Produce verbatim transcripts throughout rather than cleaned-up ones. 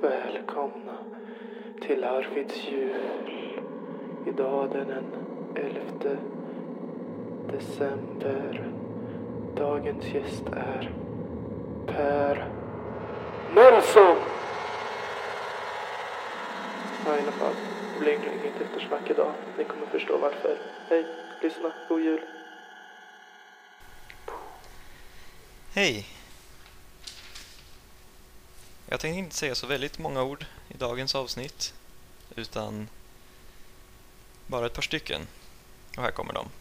Välkomna till Arvids jul. Idag den elfte december. Dagens gäst är Per Nelson. Ja, i alla fall. Det blir inget eftersnack idag. Ni kommer förstå varför. Hej, lyssna. God jul. Hej. Jag tänkte inte säga så väldigt många ord i dagens avsnitt, utan bara ett par stycken. Och här kommer de.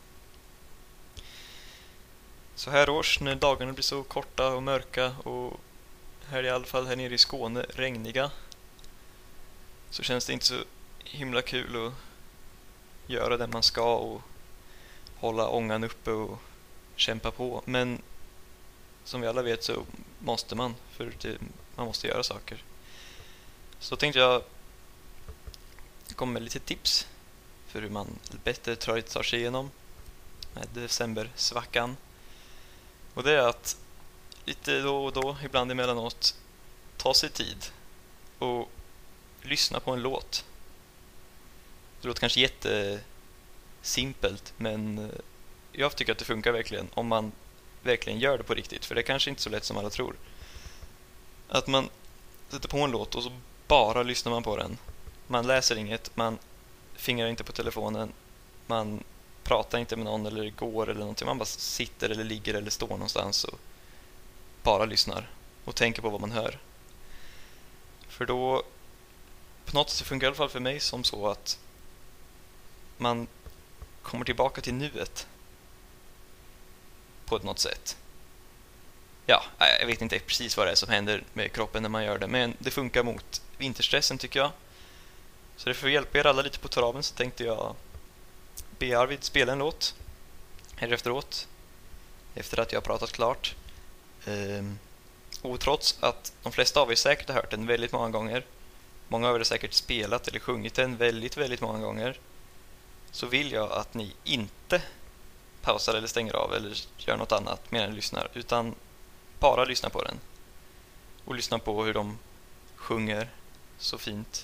Så här års när dagarna blir så korta och mörka och här i alla fall här nere i Skåne regniga, så känns det inte så himla kul att göra det man ska och hålla ångan uppe och kämpa på. Men som vi alla vet så måste man, för det, man måste göra saker. Så tänkte jag komma med lite tips för hur man bättre tar sig igenom med decembersvackan. Och det är att lite då och då, ibland emellanåt, ta sig tid och lyssna på en låt. Det låter kanske jättesimpelt, men jag tycker att det funkar verkligen om man verkligen gör det på riktigt. För det är kanske inte så lätt som alla tror. Att man sätter på en låt och så bara lyssnar man på den. Man läser inget, man fingrar inte på telefonen, man pratar inte med någon eller går eller någonting. Man bara sitter eller ligger eller står någonstans och bara lyssnar och tänker på vad man hör. För då på något sätt funkar det i alla fall för mig som så att man kommer tillbaka till nuet på ett något sätt. Ja, jag vet inte precis vad det är som händer med kroppen när man gör det, men det funkar mot vinterstressen tycker jag. Så det får hjälpa er alla lite på traven, så tänkte jag be Arvid spela en låt här efteråt, efter att jag har pratat klart. Ehm, och trots att de flesta av er säkert har hört den väldigt många gånger, många av er har säkert spelat eller sjungit den väldigt, väldigt många gånger, så vill jag att ni inte pausar eller stänger av eller gör något annat medan ni lyssnar, utan bara lyssna på den och lyssna på hur de sjunger så fint.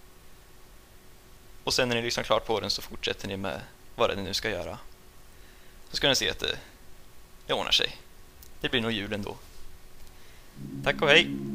Och sen när ni lyssnar klart på den så fortsätter ni med vad det ni nu ska göra. Så ska ni se att det, det ordnar sig. Det blir nog jul ändå. Tack och hej!